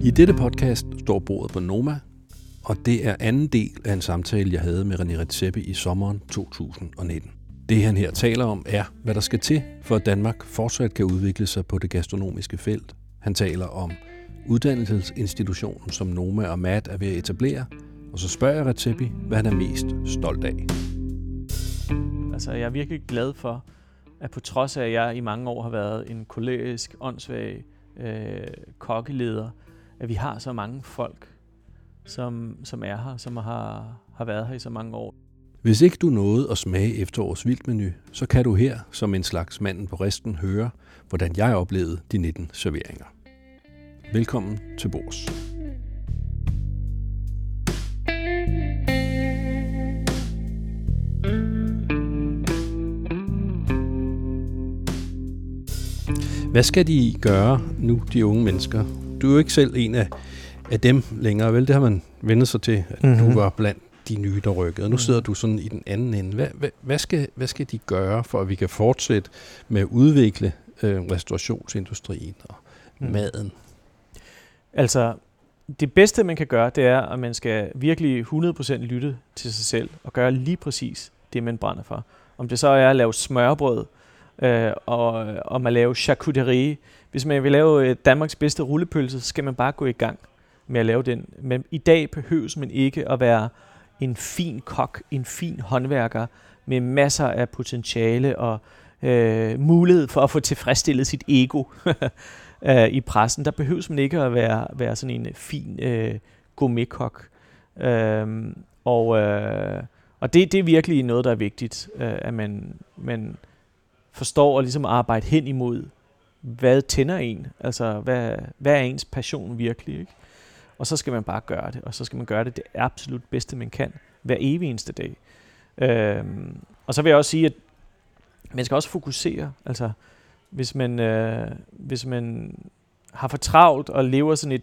I dette podcast står bordet på Noma, og det er anden del af en samtale, jeg havde med René Redzepi i sommeren 2019. Det han her taler om er, hvad der skal til, for at Danmark fortsat kan udvikle sig på det gastronomiske felt. Han taler om uddannelsesinstitutionen, som Noma og MAD er ved at etablere, og så spørger jeg Redzepi, hvad han er mest stolt af. Altså, jeg er virkelig glad for, at på trods af, at jeg i mange år har været en kolerisk, åndssvag kokkeleder, at vi har så mange folk, som er her, som har været her i så mange år. Hvis ikke du nåede at smage efterårs vildmenu, så kan du her, som en slags manden på risten, høre, hvordan jeg oplevede de 19 serveringer. Velkommen til bords. Hvad skal de gøre nu, de unge mennesker? Du er jo ikke selv en af dem længere, vel? Det har man vendt sig til, at du var blandt de nye, der rykkede. Nu sidder du sådan i den anden ende. Hvad skal de gøre, for at vi kan fortsætte med at udvikle restaurationsindustrien og maden? Altså, det bedste, man kan gøre, det er, at man skal virkelig 100% lytte til sig selv og gøre lige præcis det, man brænder for. Om det så er at lave smørbrød, og om at lave charcuterie. Hvis man vil lave Danmarks bedste rullepølse, så skal man bare gå i gang med at lave den. Men i dag behøves man ikke at være en fin kok, en fin håndværker med masser af potentiale og mulighed for at få tilfredsstillet sit ego i pressen. Der behøves man ikke at være sådan en fin gourmetkok. Og det er virkelig noget, der er vigtigt, at man forstår at ligesom arbejde hen imod, hvad tænder en, altså hvad er ens passion virkelig, ikke? Og så skal man bare gøre det, og så skal man gøre det absolut bedste, man kan, hver evig eneste dag. Og så vil jeg også sige, at man skal også fokusere, altså hvis man har for travlt og lever sådan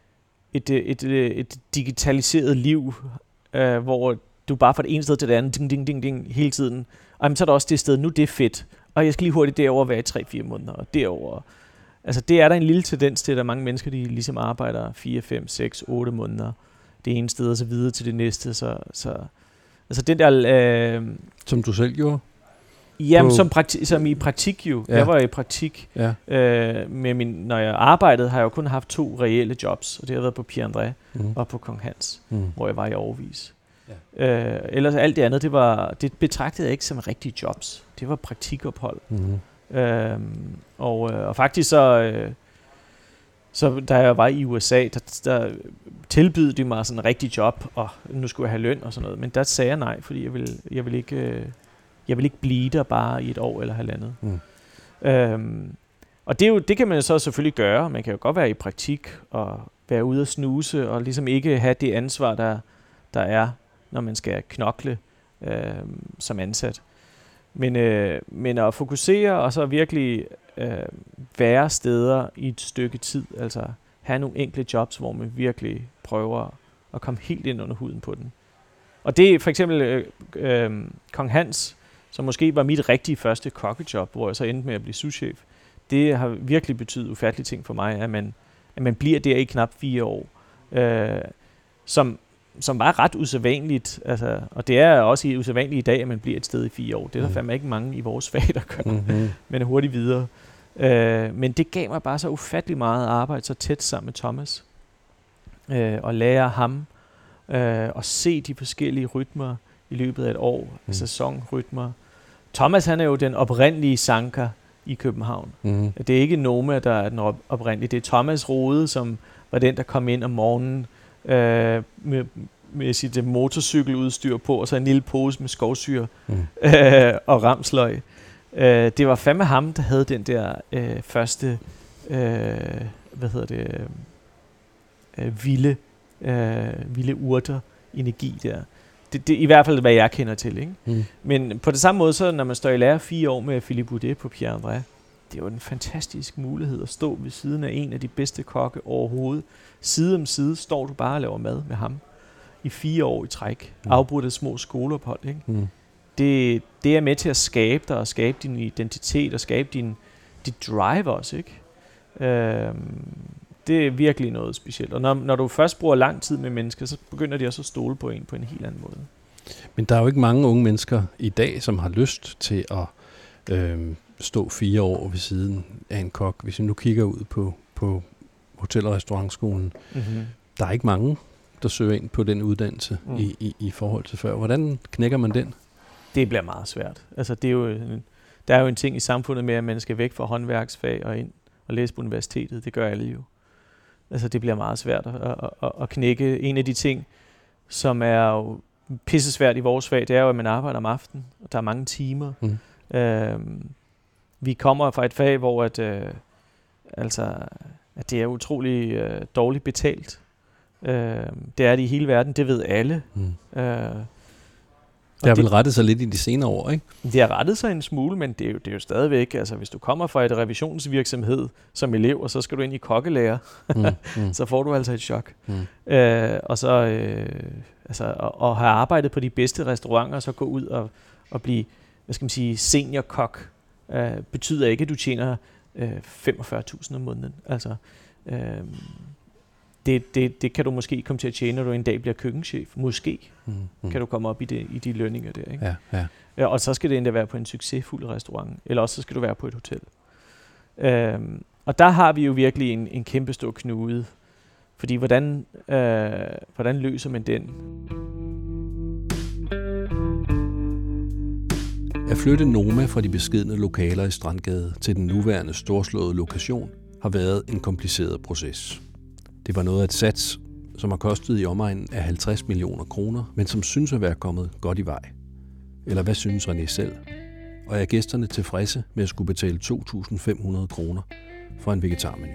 et digitaliseret liv, hvor du bare fra det ene sted til det andet, ding, ding, ding, ding, hele tiden, og så er der også det sted, nu det er fedt, og jeg skal lige hurtigt derover være i 3-4 måneder, og derover. Altså det er der en lille tendens til, at der er mange mennesker, de ligesom arbejder 4, 5, 6, 8 måneder det ene sted, og så videre til det næste. Så altså den der... som du selv gjorde? Jamen, som i praktik jo. Ja. Jeg var i praktik. Ja. Når jeg arbejdede, har jeg jo kun haft 2 reelle jobs, og det har været på Pierre André og på Kong Hans, hvor jeg var i årevis. Ja. Ellers alt det andet, det betragtede jeg ikke som rigtige jobs. Det var praktikophold. Og faktisk så da jeg var i USA, der tilbød de mig sådan en rigtig job, og nu skulle jeg have løn og sådan noget. Men der sagde jeg nej, fordi jeg vil ikke blive der bare i 1 år eller halvandet. Og det kan man så selvfølgelig gøre. Man kan jo godt være i praktik og være ude at snuse og ligesom ikke have det ansvar, der er, når man skal knokle som ansat. Men at fokusere og så virkelig være steder i et stykke tid, altså have nogle enkle jobs, hvor man virkelig prøver at komme helt ind under huden på den. Og det er for eksempel Kong Hans, som måske var mit rigtige første kokkejob, hvor jeg så endte med at blive souschef. Det har virkelig betydet ufattelige ting for mig, at man bliver der i knap 4 år, som var ret usædvanligt, altså, og det er også usædvanligt i dag, at man bliver et sted i 4 år. Det er der fandme ikke mange i vores fag, der gør, men er hurtigt videre. Men det gav mig bare så ufattelig meget at arbejde så tæt sammen med Thomas, og lære ham, og se de forskellige rytmer i løbet af et år, sæsonrytmer. Thomas, han er jo den oprindelige sanker i København. Det er ikke Noma, der er den oprindelige. Det er Thomas Rode, som var den, der kom ind om morgenen, med sit motorcykeludstyr på, og så en lille pose med skovsyre og ramsløg. Det var fandme ham, der havde den der første vilde urter energi der. Det i hvert fald, hvad jeg kender til, ikke? Men på det samme måde, så når man står i lære 4 år med Philippe Boudet på Pierre André, det er jo en fantastisk mulighed at stå ved siden af en af de bedste kokke overhovedet. Side om side står du bare og laver mad med ham i 4 år i træk. Afbrudt af små skoleophold, ikke? Det er med til at skabe dig, og skabe din identitet, og skabe dit drive også, ikke? Det er virkelig noget specielt. Og når du først bruger lang tid med mennesker, så begynder de også at stole på en en helt anden måde. Men der er jo ikke mange unge mennesker i dag, som har lyst til at stå 4 år ved siden af en kok. Hvis vi nu kigger ud på hotel- og restaurantskolen, der er ikke mange, der søger ind på den uddannelse i forhold til før. Hvordan knækker man den? Det bliver meget svært. Altså, der er jo en ting i samfundet med, at man skal væk fra håndværksfag og ind og læse på universitetet. Det gør alle jo. Altså, det bliver meget svært at knække. En af de ting, som er jo pissesvært i vores fag, det er jo, at man arbejder om aftenen, og der er mange timer. Vi kommer fra et fag, hvor at det er utrolig dårligt betalt. Det er det i hele verden, det ved alle. Det har vel rettet sig lidt i de senere år, ikke? Det har rettet sig en smule, men det er jo stadigvæk, altså hvis du kommer fra et revisionsvirksomhed som elev, og så skal du ind i kokkelærer, så får du altså et chok. Og så at have arbejdet på de bedste restauranter, og så gå ud og blive, hvad skal man sige, seniorkok, betyder ikke, at du tjener 45.000 om måneden. Altså, det kan du måske komme til at tjene, når du en dag bliver køkkenchef. Måske kan du komme op i de lønninger der. Ikke? Ja. Og så skal det endda være på en succesfuld restaurant, eller også så skal du være på et hotel. Og der har vi jo virkelig en kæmpe stor knude. Fordi hvordan løser man den? At flytte Noma fra de beskedne lokaler i Strandgade til den nuværende storslåede lokation har været en kompliceret proces. Det var noget af et sats, som har kostet i omegnen af 50 millioner kroner, men som synes at være kommet godt i vej. Eller hvad synes René selv? Og er gæsterne tilfredse med at skulle betale 2.500 kroner for en vegetarmenu?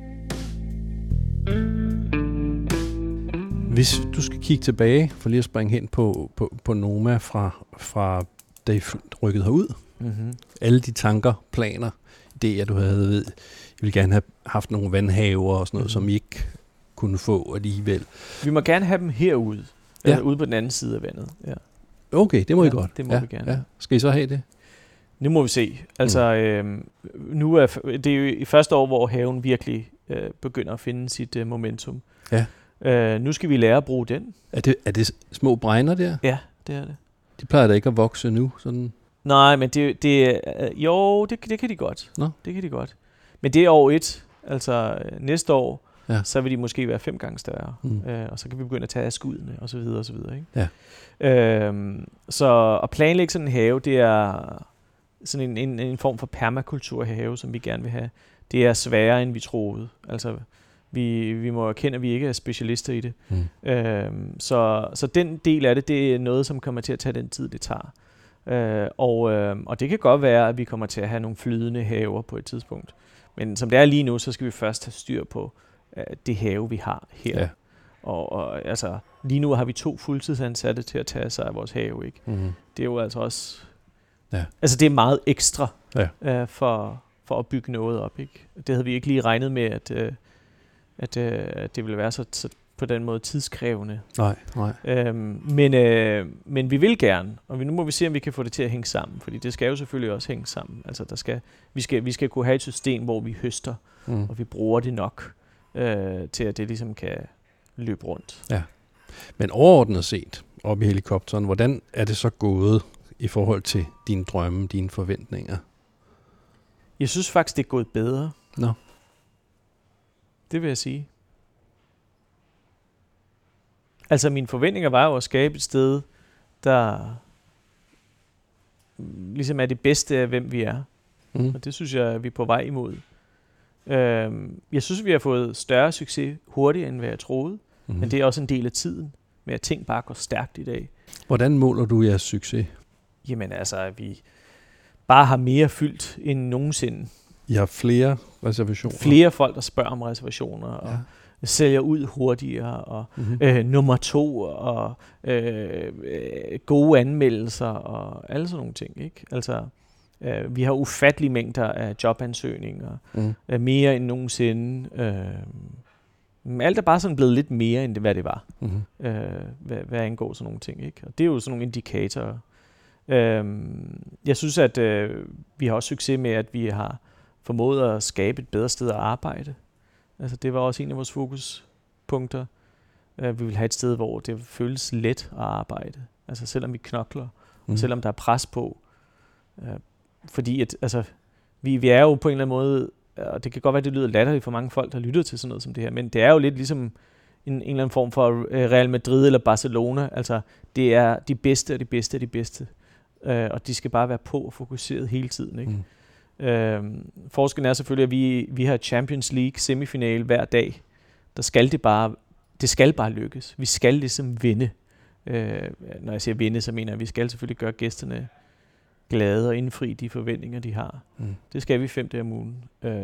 Hvis du skal kigge tilbage, for lige at springe hen på Noma fra da I rykkede herud, alle de tanker, planer, idéer, du havde ved, I ville gerne have haft nogle vandhaver og sådan noget, som I ikke kunne få alligevel. Vi må gerne have dem herude, ude på den anden side af vandet. Ja. Okay, det må I godt. Det må vi gerne. Ja. Skal I så have det? Nu må vi se. Altså, nu er det er jo i første år, hvor haven virkelig begynder at finde sit momentum. Ja. Nu skal vi lære at bruge den. Er det små bregner der? Ja, det er det. De plejer da ikke at vokse nu? Sådan. Nej, men det kan de godt. Nå. Det kan de godt. Men det er år 1. Altså næste år, så vil de måske være 5 gange større. Og så kan vi begynde at tage af skuddene, og så videre, og så videre. Ikke? Ja. Så at planlægge sådan en have, det er sådan en form for permakulturhave, som vi gerne vil have. Det er sværere, end vi troede. Altså, vi må erkende, at vi ikke er specialister i det. Så den del af det, det er noget, som kommer til at tage den tid, det tager. Og det kan godt være, at vi kommer til at have nogle flydende haver på et tidspunkt. Men som det er lige nu, så skal vi først have styr på det have, vi har her. Ja. Og altså, lige nu har vi 2 fuldtidsansatte til at tage sig af vores have. Ikke? Det er jo altså også... Ja. Altså, det er meget ekstra for at bygge noget op. Ikke? Det havde vi ikke lige regnet med, at det ville være så på den måde tidskrævende. Nej. Men vi vil gerne, og nu må vi se, om vi kan få det til at hænge sammen, fordi det skal jo selvfølgelig også hænge sammen. Altså vi skal kunne have et system, hvor vi høster, og vi bruger det nok til, at det ligesom kan løbe rundt. Ja. Men overordnet set, oppe i helikopteren, hvordan er det så gået i forhold til dine drømme, dine forventninger? Jeg synes faktisk, det er gået bedre. Nå. Det vil jeg sige. Altså mine forventninger var jo at skabe et sted, der ligesom er det bedste af, hvem vi er. Og det synes jeg, vi er på vej imod. Jeg synes, vi har fået større succes hurtigere, end hvad jeg troede. Men det er også en del af tiden, med at ting bare går stærkt i dag. Hvordan måler du jeres succes? Jamen altså, at vi bare har mere fyldt end nogensinde. I har flere reservationer? Flere folk, der spørger om reservationer, og sælger ud hurtigere, og nummer 2, og gode anmeldelser, og alle sådan nogle ting. Ikke? Altså, vi har ufattelige mængder af jobansøgninger, mere end nogensinde. Alt er bare sådan blevet lidt mere, end hvad det var, hvad angår sådan nogle ting. Ikke? Og det er jo sådan nogle indikatorer. Jeg synes, at vi har også succes med, at vi har formået at skabe et bedre sted at arbejde. Altså det var også en af vores fokuspunkter. Vi vil have et sted, hvor det føles let at arbejde. Altså selvom vi knokler, og selvom der er pres på. Fordi vi er jo på en eller anden måde, og det kan godt være, det lyder latterligt for mange folk, der lytter til sådan noget som det her, men det er jo lidt ligesom en eller anden form for Real Madrid eller Barcelona. Altså det er de bedste og de bedste og de bedste. Og de skal bare være på og fokuseret hele tiden, ikke? Forskellen er selvfølgelig, at vi har Champions League semifinale hver dag. Det skal bare lykkes. Vi skal ligesom vinde. Når jeg siger vinde, så mener jeg, at vi skal selvfølgelig gøre gæsterne glade og indfri de forventninger, de har. Det skal vi 5 dage om ugen.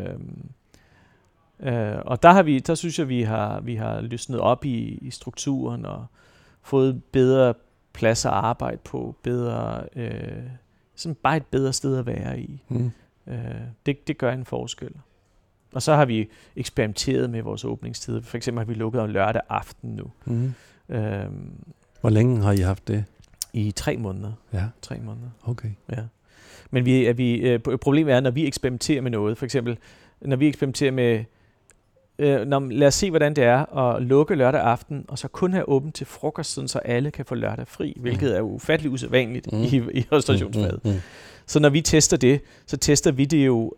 Og der synes jeg, vi har løsnet op i strukturen og fået bedre plads at arbejde på, sådan bare et bedre sted at være i. Det gør en forskel. Og så har vi eksperimenteret med vores åbningstider. For eksempel har vi lukket om lørdag aften nu. Hvor længe har I haft det? I 3 måneder. Ja. 3 måneder. Okay. Ja. Men problemet er, når vi eksperimenterer med noget, for eksempel, når vi eksperimenterer med, lad os se, hvordan det er at lukke lørdag aften, og så kun have åbent til frokost, sådan så alle kan få lørdag fri, hvilket er ufatteligt usædvanligt i restaurationsfaget. Så når vi tester det, så tester vi det jo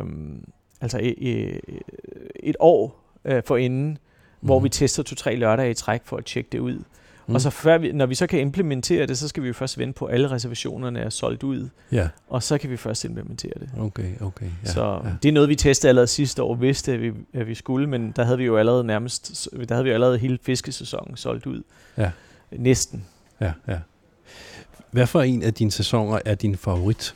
et år forinden, hvor vi tester 2-3 lørdage i træk for at tjekke det ud. Og så når vi så kan implementere det, så skal vi jo først vente på, at alle reservationerne er solgt ud. Ja. Og så kan vi først implementere det. Okay. Ja, så det er noget, vi testede allerede sidste år, vidste at vi skulle, men der havde vi jo allerede hele fiskesæsonen solgt ud. Ja. Næsten. Ja. Hvad for en af dine sæsoner er din favorit?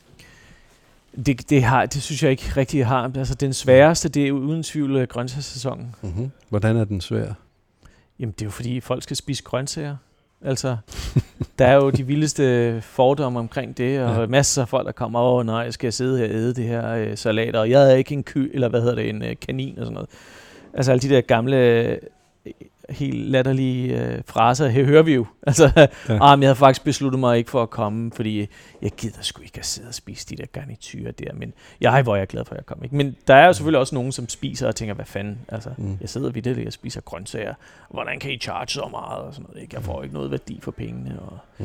Det synes jeg ikke rigtig har. Altså den sværeste, det er uden tvivl grøntsagssæsonen. Hvordan er den svær? Jamen, det er jo fordi, folk skal spise grøntsager. Altså, der er jo de vildeste fordomme omkring det, og masser af folk, der kommer, nej, jeg skal sidde her og æde det her salat, og jeg er ikke en en kanin og sådan noget. Altså, alle de der gamle, helt latterlige fraser, her hører vi jo. Altså, men jeg havde faktisk besluttet mig ikke for at komme, fordi jeg gider sgu ikke at sidde og spise de der garniturer der, men hvor er jeg glad for, at jeg kom. Ikke? Men der er jo selvfølgelig også nogen, som spiser og tænker, hvad fanden, altså, jeg sidder vitterligt og spiser grøntsager, hvordan kan I charge så meget, og sådan noget, ikke? Jeg får ikke noget værdi for pengene.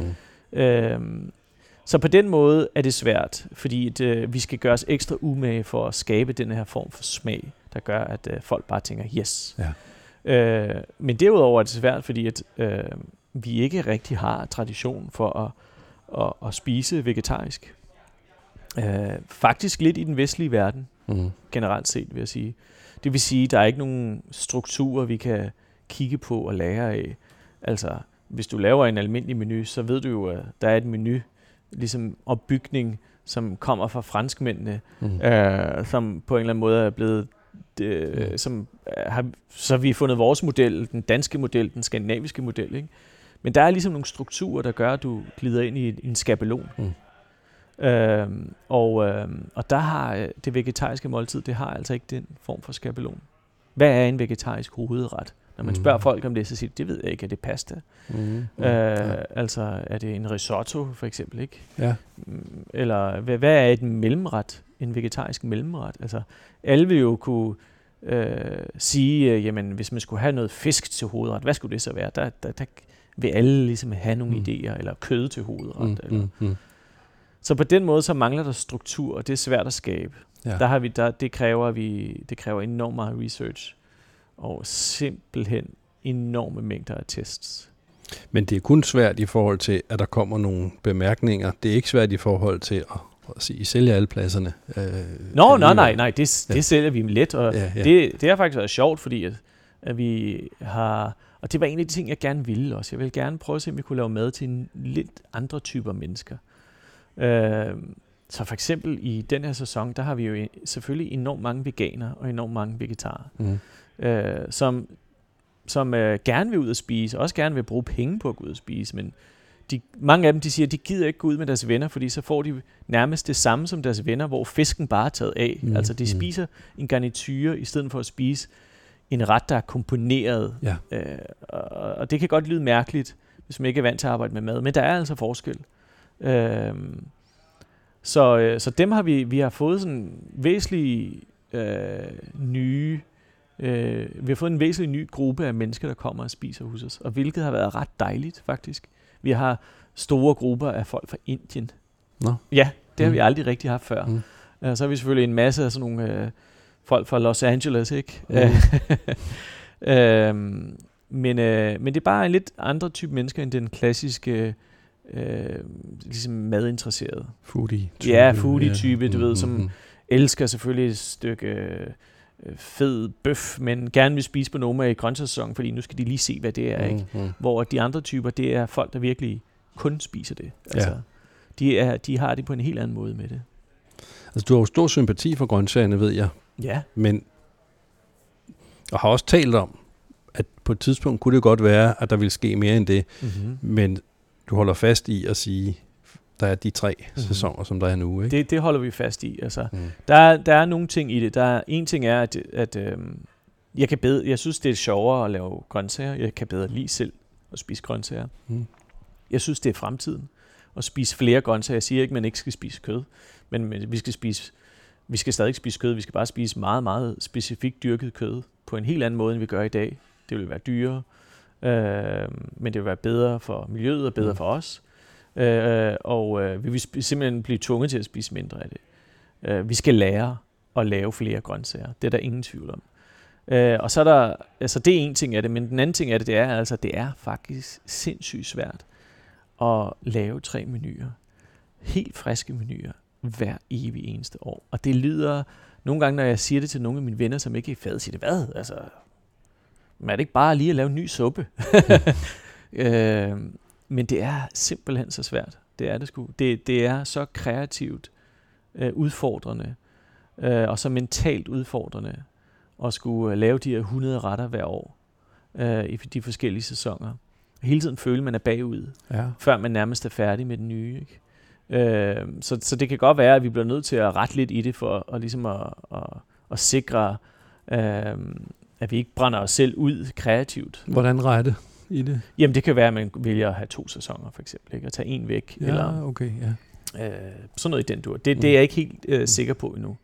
Så på den måde er det svært, fordi vi skal gøre os ekstra umage for at skabe den her form for smag, der gør, at folk bare tænker, yes. Ja. Men derudover er det svært, fordi at vi ikke rigtig har tradition for at spise vegetarisk. Faktisk lidt i den vestlige verden, generelt set vil jeg sige. Det vil sige, at der er ikke nogen strukturer, vi kan kigge på og lære af. Altså, hvis du laver en almindelig menu, så ved du jo, at der er et menu, ligesom opbygning, som kommer fra franskmændene, som på en eller anden måde er blevet så vi har fundet vores model, den danske model, den skandinaviske model, ikke? Men der er ligesom nogle strukturer, der gør, at du glider ind i en skabelon. Og der har det vegetariske måltid, det har altså ikke den form for skabelon. Hvad er en vegetarisk hovedret? Når man spørger folk om det, så siger de, det ved jeg ikke, er det pasta? Altså, er det en risotto, for eksempel, ikke? Ja. Eller, hvad er et mellemret? En vegetarisk mellemret? Altså, alle vil jo kunne sige, jamen, hvis man skulle have noget fisk til hovedret, hvad skulle det så være? Der vil alle ligesom have nogle idéer, eller kød til hovedret. Så på den måde, så mangler der struktur, og det er svært at skabe. Ja. Det kræver enormt meget research, og simpelthen enorme mængder af tests. Men det er kun svært i forhold til, at der kommer nogle bemærkninger. Det er ikke svært i forhold til at I sælger alle pladserne. Nej, det sælger vi let, og det har faktisk været sjovt, fordi at vi har, og det var en af de ting, jeg gerne ville også. Jeg ville gerne prøve at se, om vi kunne lave mad til en lidt andre typer mennesker. Så for eksempel i den her sæson, der har vi jo selvfølgelig enormt mange veganere og enormt mange vegetarer, som gerne vil ud at spise, og også gerne vil bruge penge på at gå ud at spise, men mange af dem, de siger, at de gider ikke gå ud med deres venner, fordi så får de nærmest det samme som deres venner, hvor fisken bare er taget af. Altså de spiser en garniture, i stedet for at spise en ret, der er komponeret. Ja. Og det kan godt lyde mærkeligt, hvis man ikke er vant til at arbejde med mad, men der er altså forskel. Så dem har vi har fået sådan væsentlige nye Vi har fået en væsentlig ny gruppe af mennesker, der kommer og spiser hos os, og hvilket har været ret dejligt, faktisk. Vi har store grupper af folk fra Indien. Nå. Ja, det har vi aldrig rigtig haft før. Så har vi selvfølgelig en masse af sådan nogle folk fra Los Angeles, ikke? Men det er bare en lidt andre type mennesker, end den klassiske ligesom madinteresserede. Foodie-type. Ja, foodie-type, du ved, som elsker selvfølgelig et stykke fed bøf, men gerne vil spise på Noma i grøntsagssæson, fordi nu skal de lige se, hvad det er, ikke? Hvor de andre typer, det er folk, der virkelig kun spiser det. Altså, de har det på en helt anden måde med det. Altså, du har jo stor sympati for grøntsagerne, ved jeg. Ja. Men, og har også talt om, at på et tidspunkt kunne det godt være, at der ville ske mere end det. Men du holder fast i at sige, der er de 3 sæsoner, som der er nu, ikke? Det holder vi fast i. Altså, der er nogle ting i det. En ting er, at jeg synes, det er sjovere at lave grøntsager. Jeg kan bedre lide selv at spise grøntsager. Jeg synes, det er fremtiden at spise flere grøntsager. Jeg siger ikke, at man ikke skal spise kød, men vi skal stadig spise kød. Vi skal bare spise meget, meget specifikt dyrket kød på en helt anden måde, end vi gør i dag. Det vil være dyrere, men det vil være bedre for miljøet og bedre for os. Vi vil simpelthen blive tvunget til at spise mindre af det. Vi skal lære at lave flere grøntsager. Det er der ingen tvivl om. Og så er der, altså det er en ting af det, men den anden ting af det, det er faktisk sindssygt svært at lave 3 menuer. Helt friske menuer hver evig eneste år. Og det lyder nogle gange, når jeg siger det til nogle af mine venner, som ikke er i fadet, siger det, hvad? Altså, men er det ikke bare lige at lave en ny suppe? Men det er simpelthen så svært. Det er det sgu. Det er så kreativt udfordrende, og så mentalt udfordrende at skulle lave de her 100 retter hver år i de forskellige sæsoner. Hele tiden føle, man er bagud, før man nærmest er færdig med den nye. Ikke? Så det kan godt være, at vi bliver nødt til at rette lidt i det, for at, ligesom at sikre, at vi ikke brænder os selv ud kreativt. Hvordan rette i det? Jamen det kan være, at man vælger at have 2 sæsoner for eksempel, ikke? Og tage en væk. Ja, eller, okay, ja. Sådan noget i den dur. Det er jeg ikke helt sikker på endnu.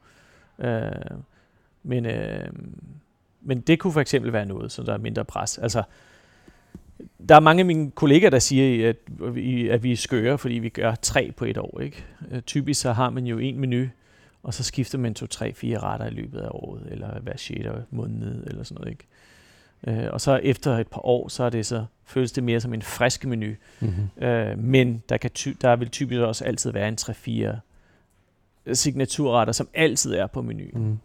Men det kunne for eksempel være noget, så der er mindre pres. Altså, der er mange af mine kollegaer, der siger, at vi er skøre, fordi vi gør 3 på et år. Ikke? Typisk så har man jo en menu, og så skifter man 2, 3, 4 retter i løbet af året, eller hver 6. måned, eller sådan noget. Ikke? Og så efter et par år, så føles det mere som en frisk menu. Men der vil typisk også altid være en 3-4 signaturretter, som altid er på menuen.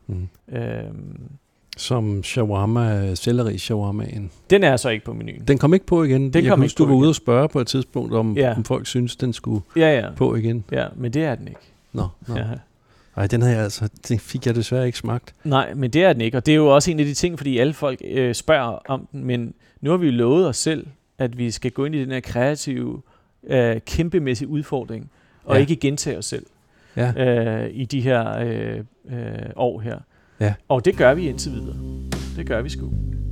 Som shawarma, selleri shawarmaen. Den er så ikke på menuen. Den kom ikke på igen. Jeg kan huske, du var ude og spørge på et tidspunkt, om folk synes, den skulle på igen. Ja, men det er den ikke. Nå. Ja. Ej, den fik jeg desværre ikke smagt. Nej, men det er den ikke. Og det er jo også en af de ting, fordi alle folk spørger om den, men nu har vi jo lovet os selv, at vi skal gå ind i den her kreative, kæmpemæssige udfordring, og ikke gentage os selv i de her år her. Ja. Og det gør vi indtil videre. Det gør vi sgu.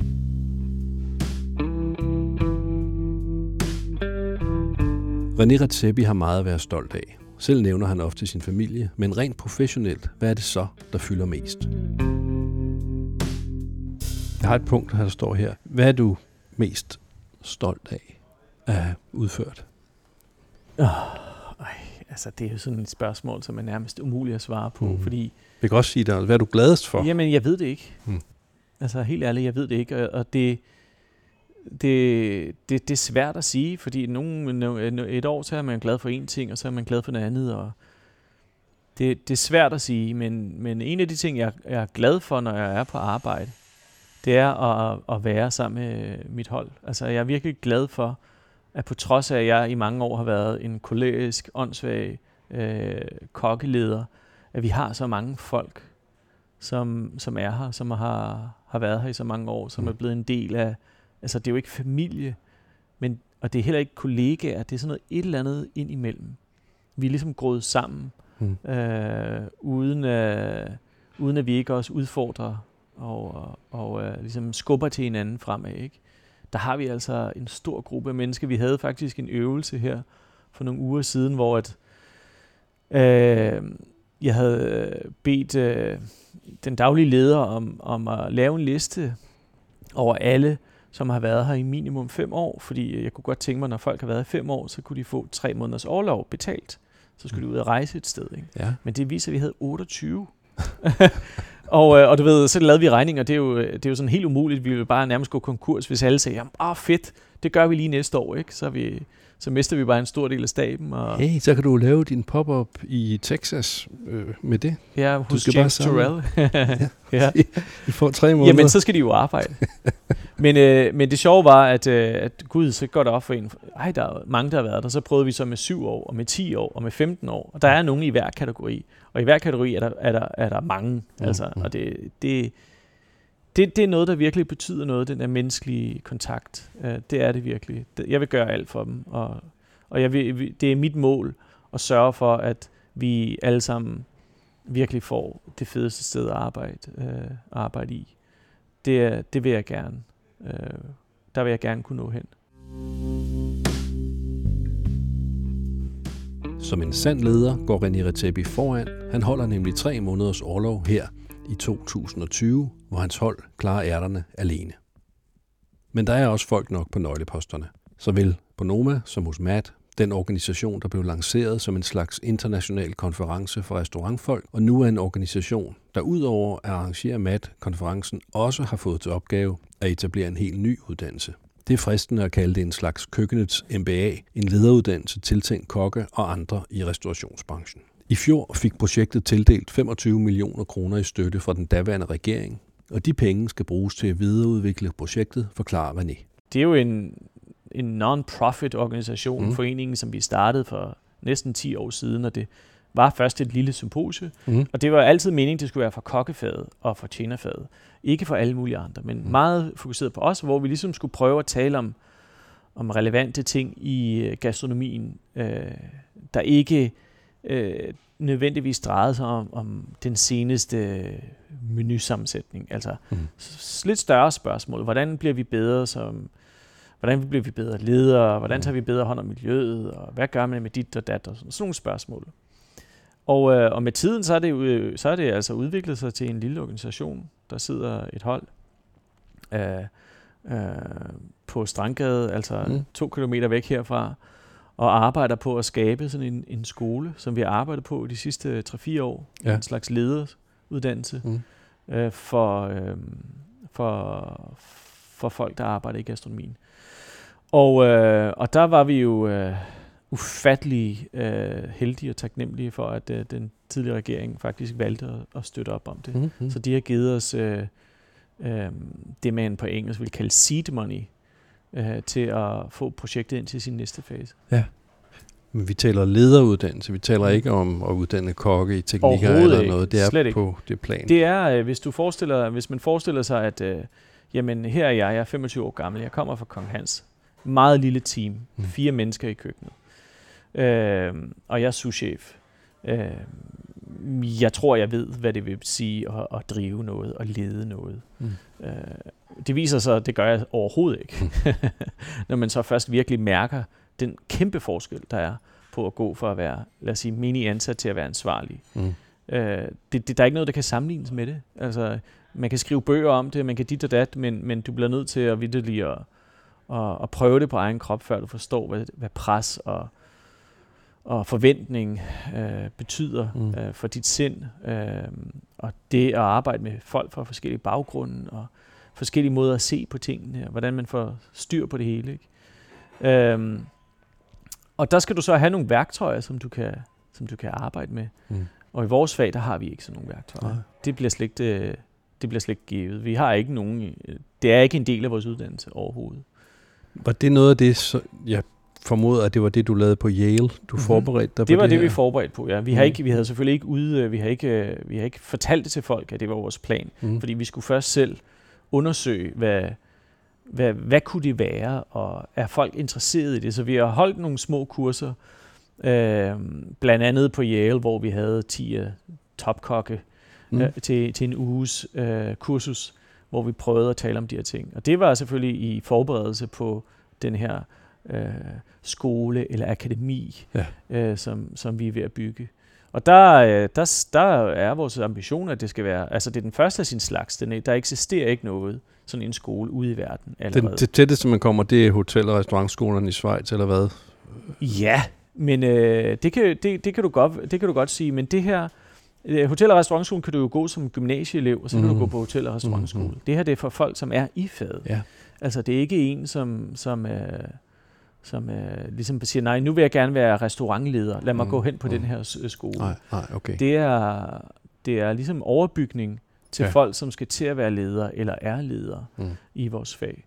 René Redzepi har meget at være stolt af. Selv nævner han ofte sin familie, men rent professionelt, hvad er det så, der fylder mest? Jeg har et punkt, der står her. Hvad er du mest stolt af at have udført? Altså, det er jo sådan et spørgsmål, som er nærmest umuligt at svare på, fordi... Jeg kan også sige dig, hvad er du gladest for? Jamen, jeg ved det ikke. Altså, helt ærligt, jeg ved det ikke, og det er svært at sige, fordi et år, så er man glad for en ting, og så er man glad for noget andet, og det er svært at sige, men en af de ting, jeg er glad for, når jeg er på arbejde, det er at være sammen med mit hold. Altså, jeg er virkelig glad for, at på trods af, at jeg i mange år har været en kolerisk, åndssvag kokkeleder, at vi har så mange folk, som er her, som har været her i så mange år, som er blevet en del af, altså det er jo ikke familie, og det er heller ikke kollegaer, det er sådan noget et eller andet ind imellem. Vi er ligesom groet sammen, uden at vi ikke også udfordrer og ligesom skubber til hinanden fremad, ikke? Der har vi altså en stor gruppe af mennesker. Vi havde faktisk en øvelse her for nogle uger siden, hvor Jeg havde bedt den daglige leder om at lave en liste over alle, som har været her i minimum 5 år, fordi jeg kunne godt tænke mig, når folk har været i 5 år, så kunne de få 3 måneders orlov betalt. Så skulle de ud og rejse et sted. Ikke? Ja. Men det viser, at vi havde 28. og du ved, så lavede vi regninger. Det er jo sådan helt umuligt. Vi ville bare nærmest gå konkurs, hvis alle sagde, fedt, det gør vi lige næste år. Ikke? Så mister vi bare en stor del af staben. Og Hey, så kan du lave din pop-up i Texas med det. Ja, hos James Turrell. Ja. I får 3 måneder. Jamen, så skal de jo arbejde. men det sjove var, at gud, så går det op for en. Der er mange, der har været der. Så prøvede vi så med 7 år, og med 10 år, og med 15 år. Og der er nogen i hver kategori. Og i hver kategori er der mange. Altså, og det er noget, der virkelig betyder noget, den der menneskelige kontakt. Det er det virkelig. Jeg vil gøre alt for dem. Og det er mit mål at sørge for, at vi alle sammen virkelig får det fedeste sted at arbejde i. Det vil jeg gerne. Der vil jeg gerne kunne nå hen. Som en sand leder går René Redzepi foran. Han holder nemlig 3 måneders orlov her i 2020, hvor hans hold klarer ærterne alene. Men der er også folk nok på nøgleposterne. Såvel på Noma som hos Matt, den organisation, der blev lanceret som en slags international konference for restaurantfolk, og nu er en organisation, der udover at arrangere Matt-konferencen, også har fået til opgave at etablere en helt ny uddannelse. Det er fristende at kalde det en slags køkkenets MBA, en lederuddannelse tiltænkt kokke og andre i restaurationsbranchen. I fjor fik projektet tildelt 25 millioner kroner i støtte fra den daværende regering, og de penge skal bruges til at videreudvikle projektet, forklarer René. Det er jo en non-profit organisation, foreningen, som vi startede for næsten 10 år siden, og det var først et lille symposie, og det var altid meningen, det skulle være for kokkefaget og for tjenerfaget. Ikke for alle mulige andre, men meget fokuseret på os, hvor vi ligesom skulle prøve at tale om relevante ting i gastronomien, der ikke nødvendigvis drejede sig om den seneste menusammensætning. Altså lidt større spørgsmål. Hvordan bliver vi bedre hvordan bliver vi bedre ledere? Hvordan tager vi bedre hånd om miljøet? Og hvad gør man med dit og dat? Og sådan nogle spørgsmål. Og med tiden, så er det altså udviklet sig til en lille organisation. Der sidder et hold på Strandgade, altså 2 kilometer væk herfra, og arbejder på at skabe sådan en skole, som vi har arbejdet på de sidste 3-4 år. Ja. En slags lederuddannelse for folk, der arbejder i gastronomien. Og der var vi jo ufattelig heldige og taknemmelige for, at den tidligere regering faktisk valgte at støtte op om det. Så de har givet os det, man på engelsk vil kalde seed money, til at få projektet ind til sin næste fase. Ja. Men vi taler lederuddannelse. Vi taler ikke om at uddanne kokke i teknikker eller noget. Det er slet på det plan. Det er, hvis man forestiller sig, at jamen, her er jeg er 25 år gammel. Jeg kommer fra Kong Hans. Meget lille team. 4 mennesker i køkkenet. Og jeg er souschef. Jeg tror, jeg ved, hvad det vil sige at drive noget og lede noget. Det viser sig, at det gør jeg overhovedet ikke. Når man så først virkelig mærker den kæmpe forskel, der er på at gå for at være, lad os sige, mini-ansat til at være ansvarlig. Der er ikke noget, der kan sammenlignes med det. Altså, man kan skrive bøger om det, man kan dit og dat, men du bliver nødt til at vitterligt at prøve det på egen krop, før du forstår, hvad pres og forventning betyder for dit sind. Og det at arbejde med folk fra forskellige baggrunde og forskellige måder at se på tingene, og hvordan man får styr på det hele. Ikke? Og der skal du så have nogle værktøjer, som du kan arbejde med. Og i vores fag, der har vi ikke sådan nogle værktøjer. Det bliver slet ikke givet. Vi har ikke nogen. Det er ikke en del af vores uddannelse overhovedet. Var det noget af det, jeg formoder, at det var det, du lavede på Yale? Du forberedte dig på det? Det var det, vi forberedte på, ja. Vi havde selvfølgelig ikke vi har ikke fortalt det til folk, at det var vores plan. Fordi vi skulle først selv undersøge, hvad kunne det være, og er folk interesseret i det? Så vi har holdt nogle små kurser, blandt andet på Yale, hvor vi havde 10 topkokke til en uges kursus, hvor vi prøvede at tale om de her ting. Og det var selvfølgelig i forberedelse på den her skole eller akademi, som vi er ved at bygge. Og der er vores ambition, at det skal være, altså det er den første af sin slags. Der eksisterer ikke noget, sådan en skole ude i verden allerede. Det tætteste, man kommer, det er hotel- og restaurantskolerne i Schweiz, eller hvad? Ja, men det kan du godt sige, men det her, hotel- og restaurantskolen kan du jo gå som gymnasieelev, og så kan du gå på hotel- og restaurantskole. Det her det er for folk, som er i faget. Ja. Altså det er ikke en, som ligesom siger, nej, nu vil jeg gerne være restaurantleder. Lad mig gå hen på den her skole. Nej, okay. Det er ligesom overbygning til folk, som skal til at være ledere, eller er ledere i vores fag.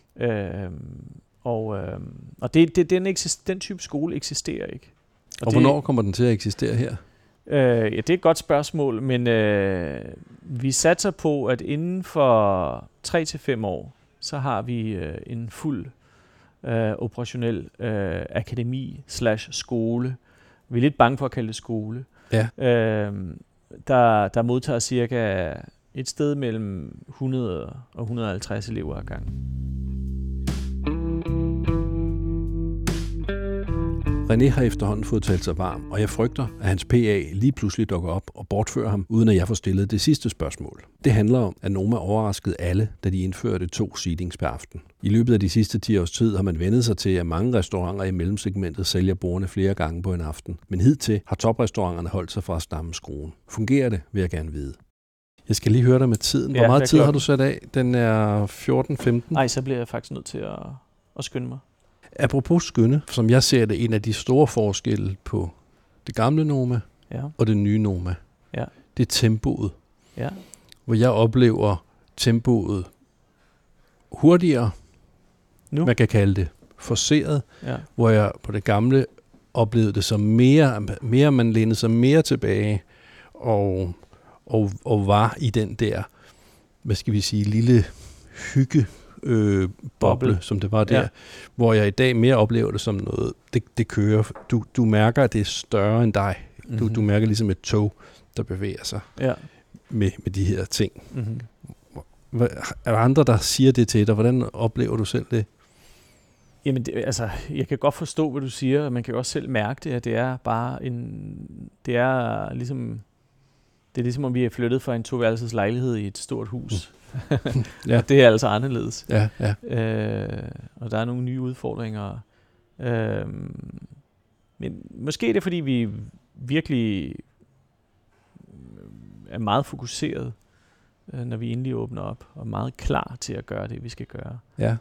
Og den type skole eksisterer ikke. Og hvornår kommer den til at eksistere her? Ja, det er et godt spørgsmål, men vi satser på, at inden for 3-5 år, så har vi en fuld operationel akademi/skole. Vi er lidt bange for at kalde det skole. Ja. Der modtager cirka et sted mellem 100 og 150 elever ad gangen. René har efterhånden fået talt sig varm, og jeg frygter, at hans PA lige pludselig dukker op og bortfører ham, uden at jeg får stillet det sidste spørgsmål. Det handler om, at Noma overraskede alle, da de indførte 2 seatings per aften. I løbet af de sidste 10 års tid har man vendet sig til, at mange restauranter i mellemsegmentet sælger bordene flere gange på en aften. Men hidtil har toprestauranterne holdt sig fra stammeskruen. Fungerer det, vil jeg gerne vide. Jeg skal lige høre dig med tiden. Hvor meget tid har du sat af? Den er 14-15? Nej, så bliver jeg faktisk nødt til at skynde mig. Apropos skynde, som jeg ser det, en af de store forskelle på det gamle Noma og det nye Noma, det er tempoet. Ja. Hvor jeg oplever tempoet hurtigere, man kan kalde det forceret, hvor jeg på det gamle oplevede det som mere man lænede sig mere tilbage og var i den der, hvad skal vi sige, lille boble, som det var der, hvor jeg i dag mere oplever det som noget, det kører. Du mærker, at det er større end dig. Du mærker ligesom et tog, der bevæger sig med de her ting. Er der andre, der siger det til dig? Hvordan oplever du selv det? Jamen, jeg kan godt forstå, hvad du siger, og man kan også selv mærke det, at det er bare det er ligesom, om vi er flyttet fra en 2-værelses lejlighed i et stort hus. Og det er altså anderledes. Ja. Og der er nogle nye udfordringer. Men måske er det, fordi vi virkelig er meget fokuseret, når vi endelig åbner op, og meget klar til at gøre det, vi skal gøre. Ja.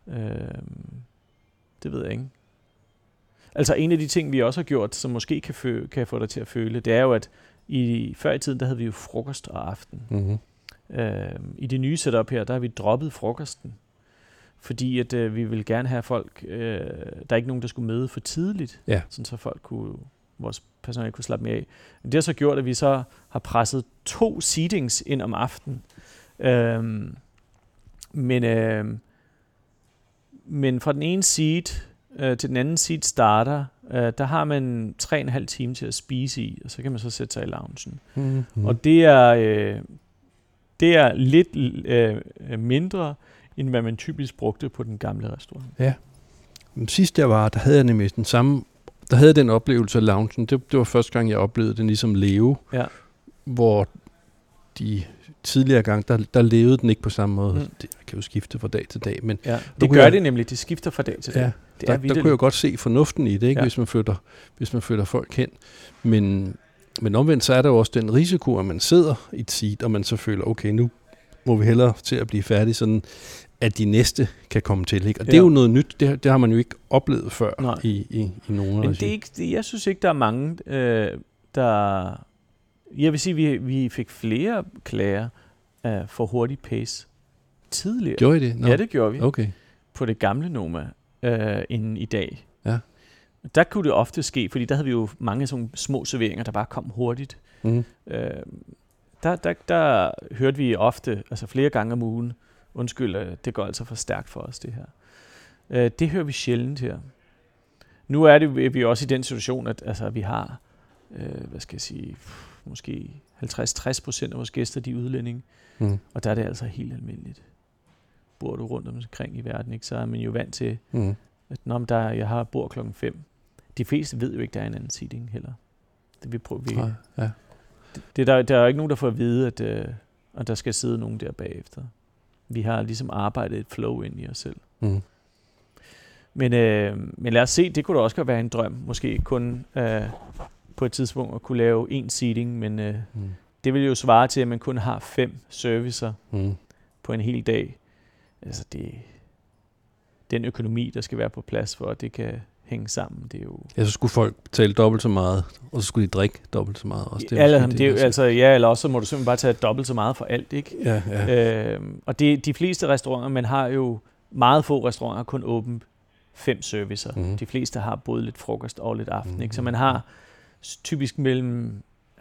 Det ved jeg ikke. Altså en af de ting, vi også har gjort, som måske kan få dig til at føle, det er jo, at før i tiden, der havde vi jo frokost og aften. I det nye setup her, der har vi droppet frokosten, fordi at vi vil gerne have folk, der er ikke nogen, der skulle møde for tidligt, sådan så vores personale kunne slappe mere af. Det har så gjort, at vi så har presset 2 seatings ind om aftenen. Men fra den ene seat til den anden seat starter, der har man 3,5 timer til at spise i, og så kan man så sætte sig i loungen. Og det er lidt mindre, end hvad man typisk brugte på den gamle restaurant. Ja. Sidst jeg var, der havde jeg nemlig den samme, der havde den oplevelse af loungen. Det var første gang, jeg oplevede den ligesom leve, hvor de tidligere gang, der levede den ikke på samme måde. Det kan jo skifte fra dag til dag. Men det gør det nemlig. Det skifter fra dag til dag. Der kunne jeg godt se fornuften i det, ikke? Hvis man flytter folk hen. Men omvendt så er der jo også den risiko, at man sidder i et seat, og man så føler, okay, nu må vi hellere til at blive færdige, sådan at de næste kan komme til. Ikke? Og det er jo noget nyt, det har man jo ikke oplevet før i nogen. Men det er ikke, jeg synes ikke, der er mange, der... Jeg vil sige, vi fik flere klager for hurtig pace tidligere. Gjorde I det? Ja, det gjorde vi. Okay. På det gamle Noma end i dag. Ja. Der kunne det ofte ske, fordi der havde vi jo mange sådan små serveringer, der bare kom hurtigt. Der hørte vi ofte, altså flere gange om ugen, undskyld, det går altså for stærkt for os, det her. Det hører vi sjældent her. Nu er vi også i den situation, at altså, vi har, måske 50-60% af vores gæster, de er udlændinge. Og der er det altså helt almindeligt. Bor du rundt omkring i verden, ikke, så er man jo vant til, at jeg har bord 5. De fleste ved jo ikke, der er en anden seating heller. Der er ikke nogen, der får at vide, at der skal sidde nogen der bagefter. Vi har ligesom arbejdet et flow ind i os selv. Mm. Men lad os se, det kunne da også være en drøm. Måske kun på et tidspunkt at kunne lave en seating, men det vil jo svare til, at man kun har 5 servicer på en hel dag. Altså den økonomi, der skal være på plads for, at det kan hænge sammen, det er jo... Ja, så skulle folk betale dobbelt så meget, og så skulle de drikke dobbelt så meget også. Eller også så må du simpelthen bare tage dobbelt så meget for alt, ikke? Ja. Og de fleste restauranter, man har jo meget få restauranter, kun åbent 5 servicer. De fleste har både lidt frokost og lidt aften, ikke? Så man har typisk mellem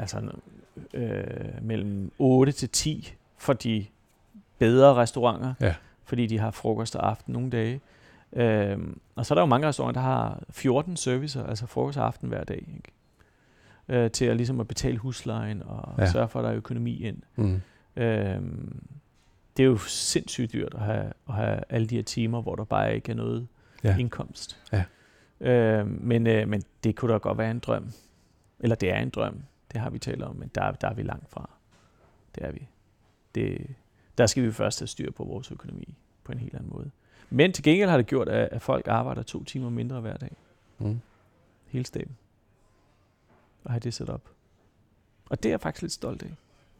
8 til 10 for de bedre restauranter, fordi de har frokost og aften nogle dage. Og så er der jo mange restauranter, der har 14 servicer, altså frokost og aften hver dag, ikke? Til at ligesom at betale huslejen og sørge for, at der er økonomi ind. Det er jo sindssygt dyrt at have alle de her timer, hvor der bare ikke er noget indkomst. Ja. Men det kunne da godt være en drøm. Eller det er en drøm. Det har vi talt om, men der er vi langt fra. Det er vi. Der skal vi først have styr på vores økonomi på en helt anden måde. Men til gengæld har det gjort, at folk arbejder 2 timer mindre hver dag. Hele staben. Og have det sat op. Og det er jeg faktisk lidt stolt af.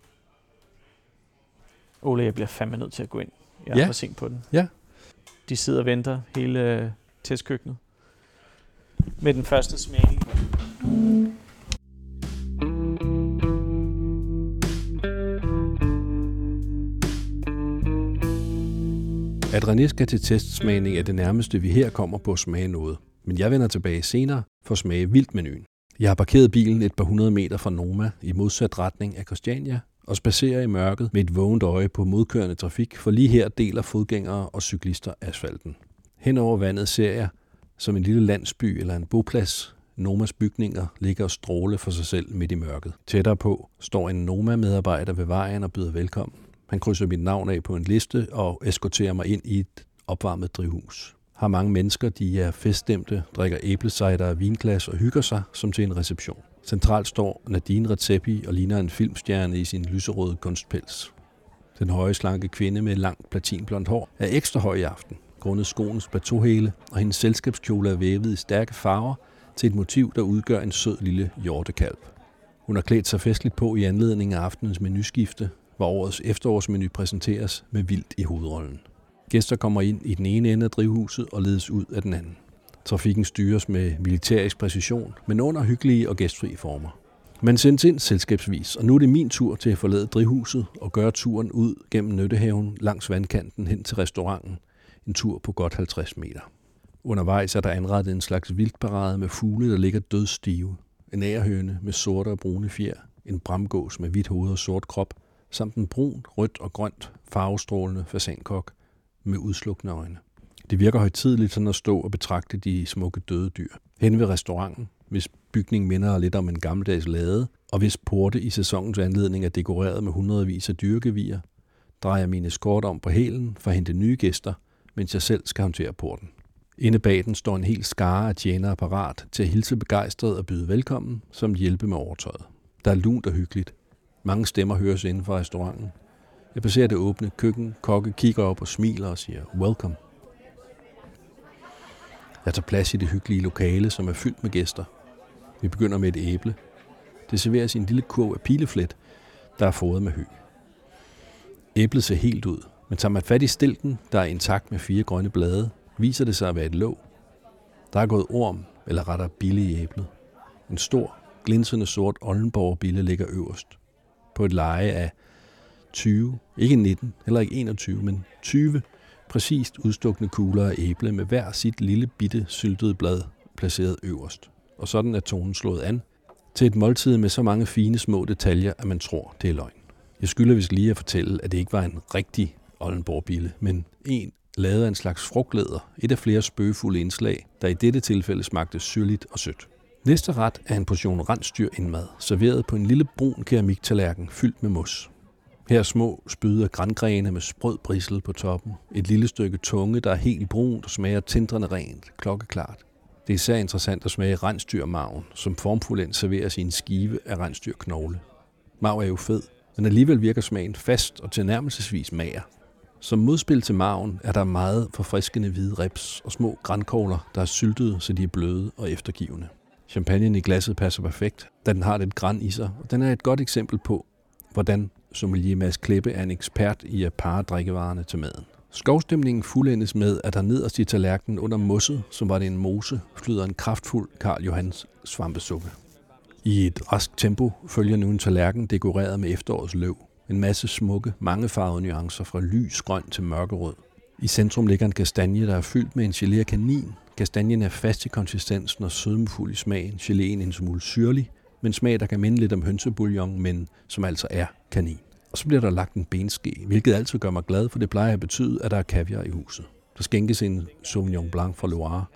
Ole, jeg bliver fandme nødt til at gå ind. Jeg er for sent på den. Ja. De sidder og venter hele testkøkkenet. Med den første smagning. At René skal til testsmagning er det nærmeste, vi her kommer på at smage noget. Men jeg vender tilbage senere for at smage vildmenuen. Jeg har parkeret bilen et par 100 meter fra Noma i modsat retning af Christiania og spacerer i mørket med et vågent øje på modkørende trafik, for lige her deler fodgængere og cyklister asfalten. Hen over vandet ser jeg, som en lille landsby eller en boplads, Nomas bygninger ligger og stråle for sig selv midt i mørket. Tættere på står en Noma-medarbejder ved vejen og byder velkommen. Han krydser mit navn af på en liste og eskorterer mig ind i et opvarmet drivhus. Har mange mennesker, de er feststemte, drikker æblecider og vinglas og hygger sig som til en reception. Centralt står Nadine Redzepi og ligner en filmstjerne i sin lyserøde kunstpels. Den høje, slanke kvinde med langt platinblondt hår er ekstra høj i aften, grundet skoens plateauhæle, og hendes selskabskjole er vævet i stærke farver til et motiv, der udgør en sød lille hjortekalv. Hun har klædt sig festligt på i anledning af aftenens menuskifte, hvor årets efterårsmenu præsenteres med vildt i hovedrollen. Gæster kommer ind i den ene ende af drivhuset og ledes ud af den anden. Trafikken styres med militærisk præcision, men under hyggelige og gæstfri former. Man sendes ind selskabsvis, og nu er det min tur til at forlade drivhuset og gøre turen ud gennem Nyttehaven langs vandkanten hen til restauranten. En tur på godt 50 meter. Undervejs er der anrettet en slags vildtparade med fugle, der ligger dødstive. En agerhøne med sorte og brune fjer, en bramgås med hvidt hoved og sort krop, samt en brun, rødt og grønt farvestrålende fasankok med udslukne øjne. Det virker højtideligt sådan at stå og betragte de smukke døde dyr. Hen ved restauranten, hvis bygning minder lidt om en gammeldags lade, og hvis porte i sæsonens anledning er dekoreret med hundredvis af dyregevier, drejer min eskort om på hælen for at hente nye gæster, mens jeg selv skal håndtere porten. Inde bag den står en hel skare af tjenere parat til at hilse begejstret og byde velkommen, som hjælpe med overtøjet. Der er lunt og hyggeligt. Mange stemmer høres inden for restauranten. Jeg passerer det åbne køkken, kokke kigger op og smiler og siger welcome. Jeg tager plads i det hyggelige lokale, som er fyldt med gæster. Vi begynder med et æble. Det serveres i en lille kurv af pileflet, der er fodret med hø. Æblet ser helt ud, men tager man fat i stilken, der er intakt med 4 grønne blade, viser det sig at være et låg. Der er gået orm, eller rettere bille i æblet. En stor, glinsende sort Oldenborg-bille ligger øverst. På et leje af 20, ikke 19, heller ikke 21, men 20 præcist udstukne kugler af æble med hver sit lille bitte syltede blad placeret øverst. Og sådan er tonen slået an til et måltid med så mange fine små detaljer, at man tror, det er løgn. Jeg skylder vist lige at fortælle, at det ikke var en rigtig Oldenborg-bille, men en lavet af en slags frugtlæder, et af flere spøgefulde indslag, der i dette tilfælde smagte syrligt og sødt. Næste ret er en portion rensdyr indmad, serveret på en lille brun keramiktallerken fyldt med mos. Her er små spyde af grangrene med sprød brisel på toppen. Et lille stykke tunge, der er helt brunt og smager tindrende rent, klokkeklart. Det er især interessant at smage rensdyrmarven, som formfuldendt serveres i en skive af rensdyrknogle. Marv er jo fed, men alligevel virker smagen fast og tilnærmelsesvis mager. Som modspil til marven er der meget forfriskende hvide ribs og små grankogler, der er syltede, så de er bløde og eftergivende. Champagnen i glasset passer perfekt, da den har lidt gran i sig, og den er et godt eksempel på, hvordan sommelier Mads Kleppe er en ekspert i at parre drikkevarerne til maden. Skovstemningen fuldendes med, at der nederst i tallerkenen under mosset, som var det en mose, flyder en kraftfuld Karl Johans svampesuppe. I et rask tempo følger nu en tallerken dekoreret med efterårets løv. En masse smukke, mangefarvede nuancer fra lys grøn til mørkerød. I centrum ligger en kastanje, der er fyldt med en gelé af kanin. Kastanjen er fast i konsistensen og sødmefuld i smagen. Geléen en smule syrlig, men smag, der kan minde lidt om hønsebouillon, men som altså er kanin. Og så bliver der lagt en benske, hvilket altid gør mig glad, for det plejer at betyde, at der er kaviar i huset. Der skænkes en Sauvignon Blanc fra Loire.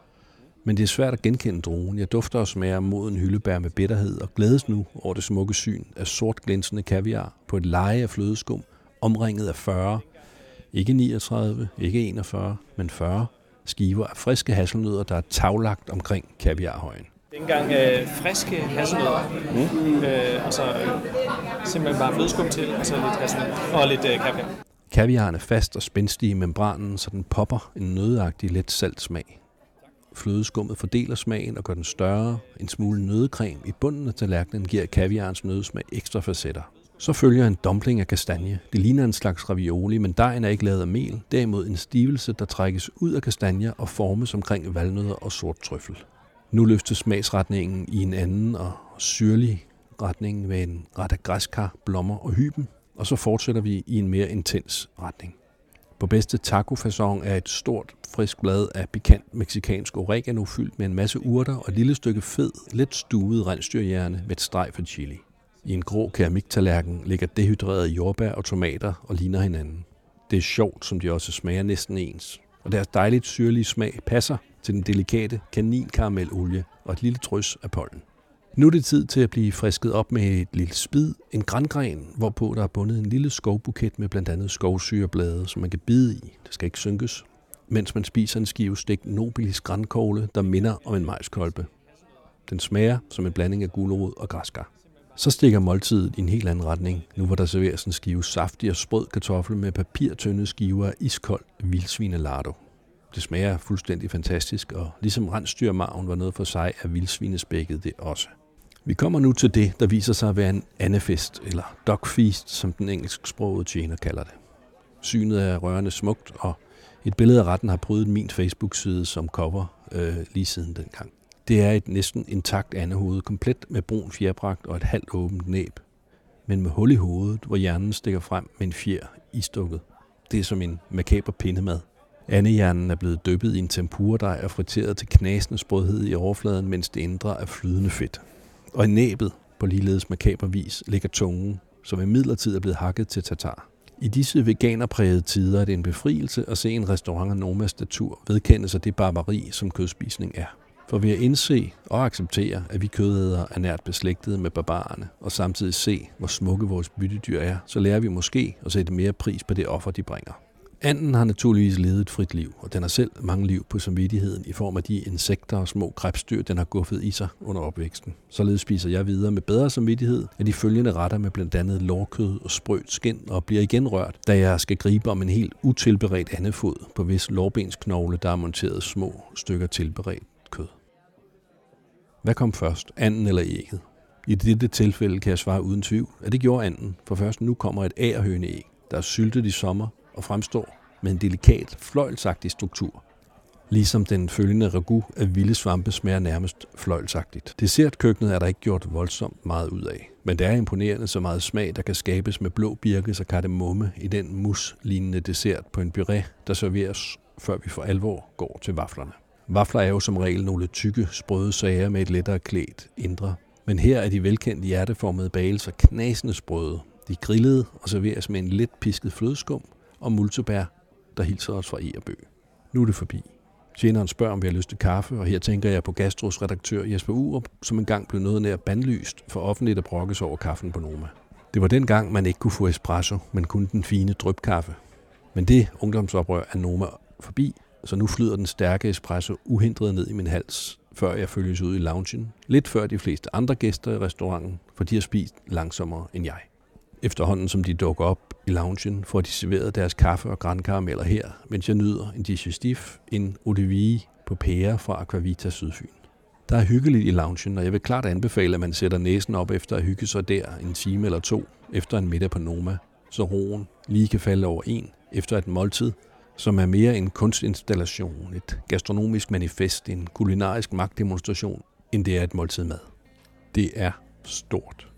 Men det er svært at genkende druen. Jeg dufter og smager moden hyldebær med bitterhed og glædes nu over det smukke syn af sort glinsende kaviar på et leje af flødeskum, omringet af 40, ikke 39, ikke 41, men 40 skiver af friske hasselnødder, der er taglagt omkring kaviarhøjen. Det er engang friske hasselnødder, og så simpelthen bare flødeskum til, og så lidt hasselnødder og lidt kaviar. Kaviaren er fast og spændstig i membranen, så den popper en nøddeagtig let salt smag. Flødeskummet fordeler smagen og gør den større. En smule nøddecreme i bunden af tallerkenen giver kaviarens nøddesmag ekstra facetter. Så følger en dumpling af kastanje. Det ligner en slags ravioli, men dejen er ikke lavet af mel. Derimod en stivelse, der trækkes ud af kastanjer og formes omkring valnødder og sort trøffel. Nu løftes smagsretningen i en anden og syrlig retning med en ret af græskar, blommer og hyben. Og så fortsætter vi i en mere intens retning. På bedste taco-facon er et stort, frisk blad af pikant mexicansk oregano fyldt med en masse urter og et lille stykke fed, let stuvet rensdyrhjerne med et streg for chili. I en grå keramiktallerken ligger dehydrerede jordbær og tomater og ligner hinanden. Det er sjovt, som de også smager næsten ens. Og deres dejligt syrlige smag passer til den delikate kaninkaramelolie og et lille drys af pollen. Nu er det tid til at blive frisket op med et lille spid, en grangren, hvorpå der er bundet en lille skovbuket med blandt andet skovsyreblade, som man kan bide i. Det skal ikke synkes, mens man spiser en skive stegt nobilis grankogle, der minder om en majskolbe. Den smager som en blanding af gulerod og græskar. Så stikker måltidet i en helt anden retning, nu hvor der serveres en skive saftig og sprød kartoffel med papirtynde skiver af iskold vildsvinelardo. Det smager fuldstændig fantastisk, og ligesom rensdyrmarven var noget for sig, er vildsvinespækket det også. Vi kommer nu til det, der viser sig at være en andefest, eller dogfeast, som den engelsksprogede tjener kalder det. Synet er rørende smukt, og et billede af retten har prydet min Facebook-side som cover lige siden dengang. Det er et næsten intakt andehoved, komplet med brun fjerpragt og et halvt åbent næb, men med hul i hovedet, hvor hjernen stikker frem med en fjer istukket. Det er som en makaber pindemad. Andehjernen er blevet dyppet i en tempuradej og friteret til knasende sprødhed i overfladen, mens det indre er flydende fedt. Og i næbet, på ligeledes makaber vis, ligger tungen, som i midlertid er blevet hakket til tartar. I disse veganerprægede tider er det en befrielse at se en restaurant af Nomas statur vedkende sig det barbari, som kødspisning er. For ved at indse og acceptere, at vi kødædere er nært beslægtede med barbarerne, og samtidig se, hvor smukke vores byttedyr er, så lærer vi måske at sætte mere pris på det offer, de bringer. Anden har naturligvis levet et frit liv, og den har selv mange liv på samvittigheden i form af de insekter og små krebsdyr, den har guffet i sig under opvæksten. Således spiser jeg videre med bedre samvittighed af de følgende retter med blandt andet lårkød og sprødt skind, og bliver igen rørt, da jeg skal gribe om en helt utilberedt andefod, på hvis lårbensknogle, der er monteret små stykker tilberedt kød. Hvad kom først, anden eller ægget? I dette tilfælde kan jeg svare uden tvivl, at det gjorde anden, for først nu kommer et agerhøneæg, der er syltet i sommer og fremstår med en delikat, fløjlsagtig struktur. Ligesom den følgende ragout af vilde svampe smager nærmest fløjlsagtigt. Dessertkøkkenet er der ikke gjort voldsomt meget ud af, men det er imponerende så meget smag, der kan skabes med blå birkes og kardemomme i den mus-lignende dessert på en puré, der serveres, før vi for alvor går til vaflerne. Vafler er jo som regel nogle tykke, sprøde sager med et lettere klædt indre, men her er de velkendte hjerteformede bagelser knasende sprøde. De er grillede og serveres med en let pisket flødeskum og multebær, der hilser os fra Egerbø. Nu er det forbi. Tjeneren spørger, om vi har lyst til kaffe, og her tænker jeg på Gastros redaktør Jesper Urup, som engang blev noget nær bandlyst for offentligt at brokkes over kaffen på Noma. Det var dengang, man ikke kunne få espresso, men kun den fine drypkaffe. Men det ungdomsoprør er Noma forbi, så nu flyder den stærke espresso uhindret ned i min hals, før jeg følges ud i loungen, lidt før de fleste andre gæster i restauranten, for de har spist langsommere end jeg. Efterhånden som de dukker op i loungen, får de serveret deres kaffe og grankarameller her, mens jeg nyder en digestif, en eau de vie på pære fra Aquavita Sydfyn. Der er hyggeligt i loungen, og jeg vil klart anbefale, at man sætter næsen op efter at hygge sig der en time eller to efter en middag på Noma, så roen lige kan falde over en efter et måltid, som er mere en kunstinstallation, et gastronomisk manifest, en kulinarisk magtdemonstration, end det er et måltid mad. Det er stort.